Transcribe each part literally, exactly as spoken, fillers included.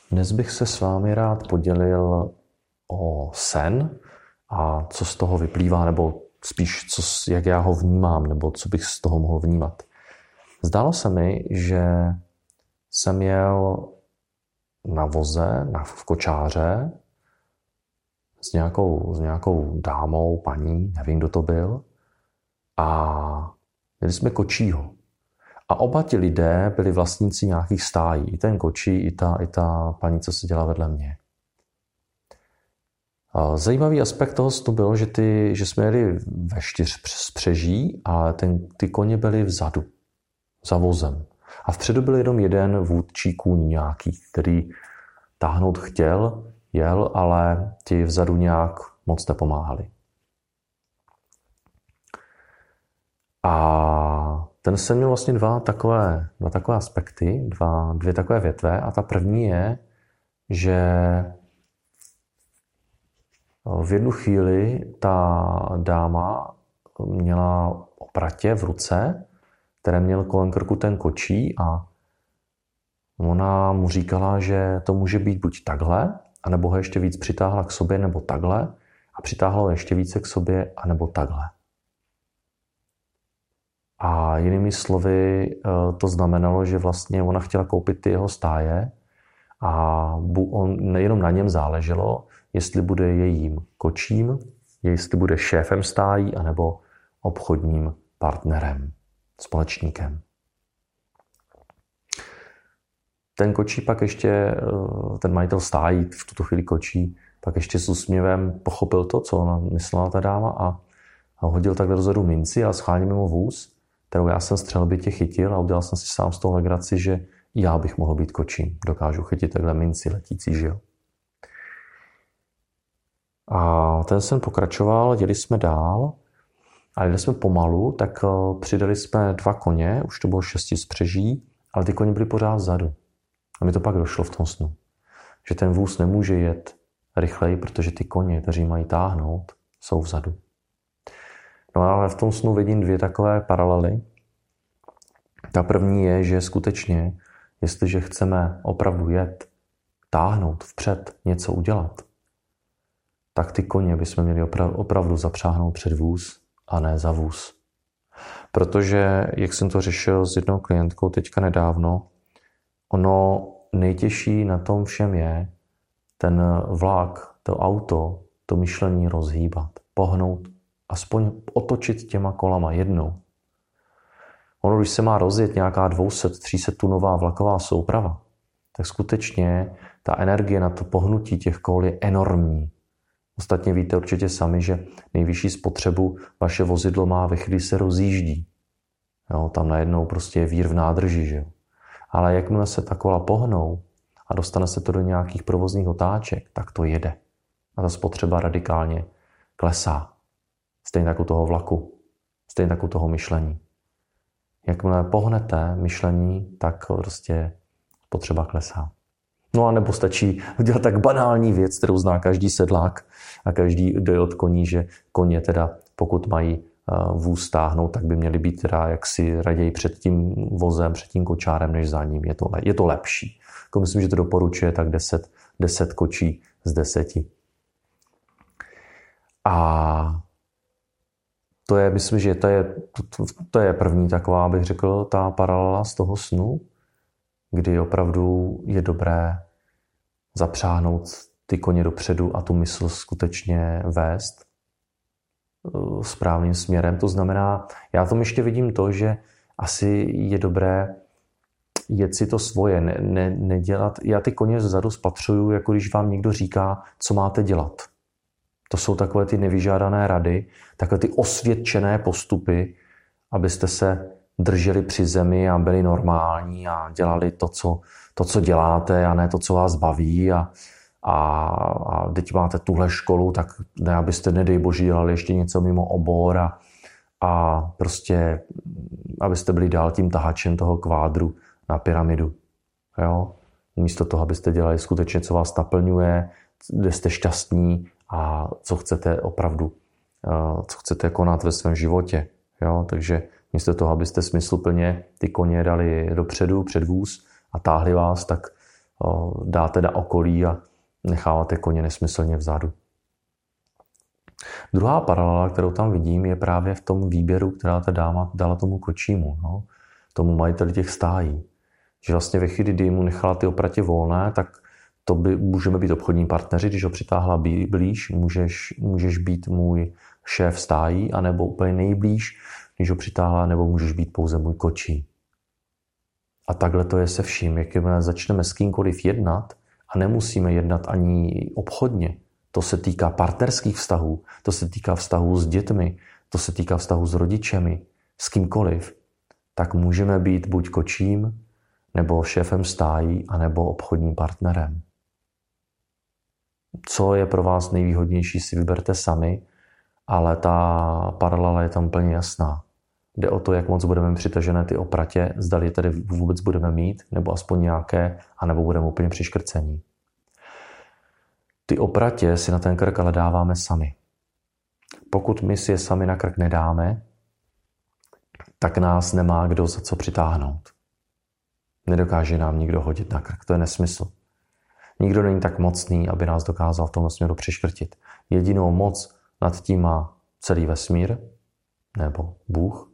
Dnes bych se s vámi rád podělil o sen a co z toho vyplývá, nebo spíš co, jak já ho vnímám, nebo co bych z toho mohl vnímat. Zdálo se mi, že jsem jel na voze, na, v kočáře s nějakou, s nějakou dámou, paní, nevím, kdo to byl, a měli jsme kočího. A oba ti lidé byli vlastníci nějakých stájí. I ten kočí, i ta, i ta paní, co seděla vedle mě. Zajímavý aspekt toho snu bylo, že, ty, že jsme jeli ve čtyřpřeží a ten, ty koně byly vzadu, za vozem. A vpředu byl jenom jeden vůdčí kůň nějaký, který táhnout chtěl, jel, ale ti vzadu nějak moc nepomáhali. A ten sen měl vlastně dva takové, dva takové aspekty, dva, dvě takové větve. A ta první je, že v jednu chvíli ta dáma měla opratě v ruce, které měl kolem krku ten kočí, a ona mu říkala, že to může být buď takhle, anebo ho ještě víc přitáhla k sobě, nebo takhle, a přitáhla ho ještě více k sobě, anebo takhle. A jinými slovy to znamenalo, že vlastně ona chtěla koupit ty jeho stáje a on, jenom na něm záleželo, jestli bude jejím kočím, jestli bude šéfem stájí, anebo obchodním partnerem, společníkem. Ten kočí pak ještě, ten majitel stájí, v tuto chvíli kočí, pak ještě s úsměvem pochopil to, co ona myslela ta dáma, a hodil takhle dozadu minci a schválně mimo vůz, kterou já jsem střelbitě chytil, a udělal jsem si sám z toho legraci, že já bych mohl být kočím. Dokážu chytit takhle minci letící, že jo. A ten sen pokračoval, jeli jsme dál a jeli jsme pomalu, tak přidali jsme dva koně, už to bylo šesti spřeží, ale ty koně byly pořád vzadu. A mi to pak došlo v tom snu, že ten vůz nemůže jet rychleji, protože ty koně, kteří mají táhnout, jsou vzadu. No ale v tom snu vidím dvě takové paralely. Ta první je, že skutečně, jestliže chceme opravdu jet, táhnout vpřed, něco udělat, tak ty koně bychom měli opravdu zapřáhnout před vůz a ne za vůz. Protože, jak jsem to řešil s jednou klientkou teďka nedávno, ono nejtěžší na tom všem je ten vlak, to auto, to myšlení rozhýbat, pohnout, aspoň otočit těma kolama jednou. Ono, když se má rozjet nějaká dvě stě, tři sta tunová vlaková souprava, tak skutečně ta energie na to pohnutí těch kol je enormní. Ostatně víte určitě sami, že nejvyšší spotřebu vaše vozidlo má ve chvíli se rozjíždí. Jo, tam najednou prostě je vír v nádrži, že jo. Ale jakmile se ta kola pohnou a dostane se to do nějakých provozních otáček, tak to jede. A ta spotřeba radikálně klesá. Stejně tak u toho vlaku, stejně tak u toho myšlení. Jakmile pohnete myšlení, tak prostě spotřeba klesá. No a nebo stačí udělat tak banální věc, kterou zná každý sedlák a každý, kdo je od koní, že koně teda, pokud mají vůz táhnout, tak by měli být teda jaksi raději před tím vozem, před tím kočárem, než za ním. Je to, je to lepší. Jako myslím, že to doporučuje tak deset, deset kočí z deseti. A to je, myslím, že to je, to, to je první taková, bych řekl, ta paralela z toho snu, kdy opravdu je dobré zapřáhnout ty koně dopředu a tu mysl skutečně vést správným směrem. To znamená, já tom ještě vidím to, že asi je dobré jet si to svoje, ne, ne, nedělat. Já ty koně zezadu spatřuju, jako když vám někdo říká, co máte dělat. To jsou takové ty nevyžádané rady, takové ty osvědčené postupy, abyste se drželi při zemi a byli normální a dělali to, co, to, co děláte, a ne to, co vás baví. A, a, a teď máte tuhle školu, tak ne, abyste, nedej boží, dělali ještě něco mimo obor a, a prostě, abyste byli dál tím tahačem toho kvádru na pyramidu. Jo? Místo toho, abyste dělali skutečně, co vás naplňuje, kde jste šťastní a co chcete opravdu, co chcete konat ve svém životě. Jo? Takže místo toho, abyste smysluplně ty koně dali dopředu, před vůz a táhli vás, tak dá teda okolí a necháváte koně nesmyslně vzadu. Druhá paralela, kterou tam vidím, je právě v tom výběru, která ta dáma dala tomu kočímu, no, tomu majiteli těch stájí. Že vlastně ve chvíli, kdy mu nechala ty opratě volné, tak to by, můžeme být obchodní partneři, když ho přitáhla blíž, můžeš, můžeš být můj šéf stájí, anebo úplně nejblíž, když ho přitáhla, nebo můžeš být pouze můj kočí. A takhle to je se vším. Jakmile začneme s kýmkoliv jednat, a nemusíme jednat ani obchodně, to se týká partnerských vztahů, to se týká vztahů s dětmi, to se týká vztahů s rodičemi, s kýmkoliv, tak můžeme být buď kočím, nebo šéfem stájí, anebo obchodním partnerem. Co je pro vás nejvýhodnější, si vyberte sami, ale ta paralela je tam úplně jasná. Jde o to, jak moc budeme přitažené ty opratě, zdali je tedy vůbec budeme mít, nebo aspoň nějaké, anebo budeme úplně přiškrcení. Ty opratě si na ten krk ale dáváme sami. Pokud my si je sami na krk nedáme, tak nás nemá kdo za co přitáhnout. Nedokáže nám nikdo hodit na krk, to je nesmysl. Nikdo není tak mocný, aby nás dokázal v tomhle směru přiškrtit. Jedinou moc nad tím má celý vesmír, nebo Bůh,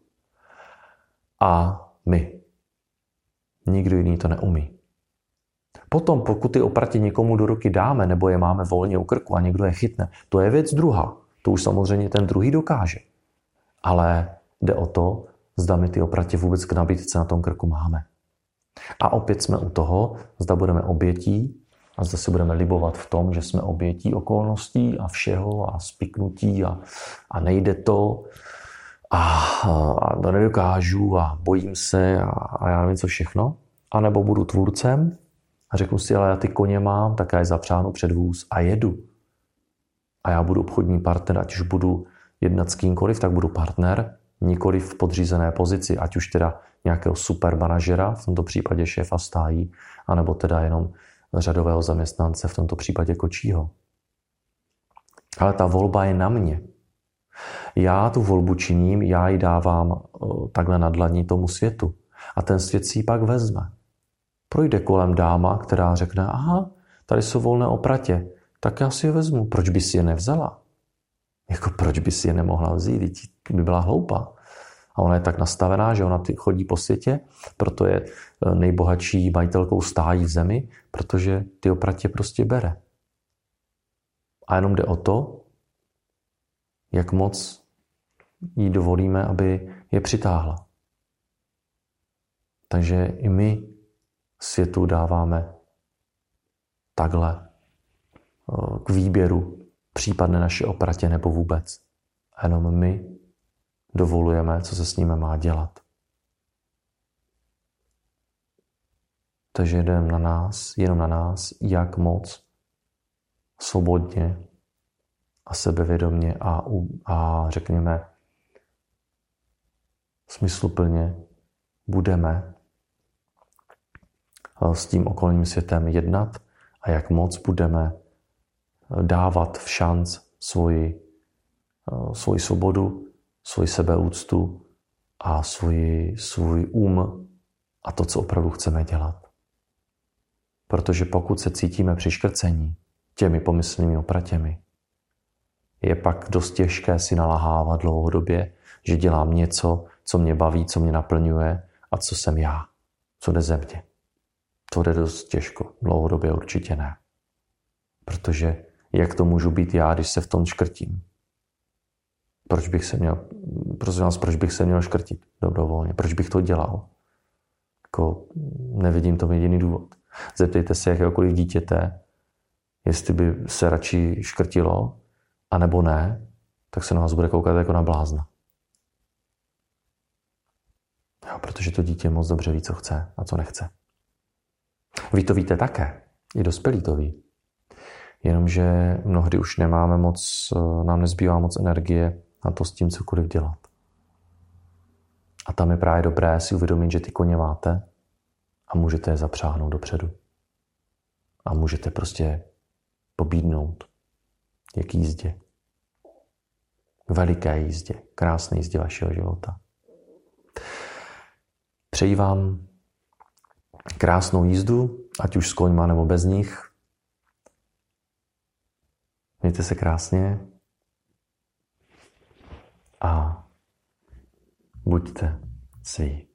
a my. Nikdo jiný to neumí. Potom, pokud ty opratě někomu do ruky dáme, nebo je máme volně u krku a někdo je chytne, to je věc druhá. To už samozřejmě ten druhý dokáže. Ale jde o to, zda my ty opratě vůbec k nabídce na tom krku máme. A opět jsme u toho, zda budeme obětí a zda si budeme libovat v tom, že jsme obětí okolností a všeho a spiknutí a, a nejde to a, a to nedokážu a bojím se a, a já nevím co všechno. A nebo budu tvůrcem a řeknu si, ale já ty koně mám, tak já je zapřáhnu před vůz a jedu. A já budu obchodní partner, ať už budu jednat s kýmkoliv, tak budu partner, nikoliv v podřízené pozici, ať už teda nějakého super manažera, v tomto případě šéfa stájí, anebo teda jenom řadového zaměstnance, v tomto případě kočího. Ale ta volba je na mě. Já tu volbu činím, já ji dávám takhle na dlaní tomu světu. A ten svět si ji pak vezme. Projde kolem dáma, která řekne, aha, tady jsou volné opratě, tak já si je vezmu. Proč by si je nevzala? Jako proč by si je nemohla vzít? By byla hloupá. A ona je tak nastavená, že ona chodí po světě, proto je nejbohatší majitelkou stájí v zemi, protože ty opratě prostě bere. A jenom jde o to, jak moc jí dovolíme, aby je přitáhla. Takže i my světu dáváme takhle k výběru případné naše opratě nebo vůbec. A jenom my dovolujeme, co se s nimi má dělat. Takže jdeme na nás, jenom na nás, jak moc svobodně a sebevědomně a, a řekněme smysluplně budeme s tím okolním světem jednat a jak moc budeme dávat v šanc svoji, svoji svobodu, svoji sebeúctu a svůj, svůj um a to, co opravdu chceme dělat. Protože pokud se cítíme přiškrcení těmi pomyslnými opratěmi, je pak dost těžké si nalahávat dlouhodobě, že dělám něco, co mě baví, co mě naplňuje a co jsem já, co jde ze mě. To jde dost těžko, dlouhodobě určitě ne. Protože jak to můžu být já, když se v tom škrtím? Proč bych se měl, prosím vás, proč bych se měl škrtit dobrovolně? Proč bych to dělal? Jako, nevidím tomu jediný důvod. Zeptejte se jakéhokoliv dítěte, jestli by se radši škrtilo, anebo ne, tak se na vás bude koukat jako na blázna. Jo, protože to dítě moc dobře ví, co chce a co nechce. Vy to víte také, i dospělí to ví. Jenomže mnohdy už nemáme moc, nám nezbývá moc energie na to s tím cokoliv dělat. A tam je právě dobré si uvědomit, že ty koně máte a můžete je zapřáhnout dopředu. A můžete prostě pobídnout jak jízdě. Veliké jízdě, krásné jízdě vašeho života. Přeji vám krásnou jízdu ať už s koňma nebo bez nich. Mějte se krásně a buďte svý.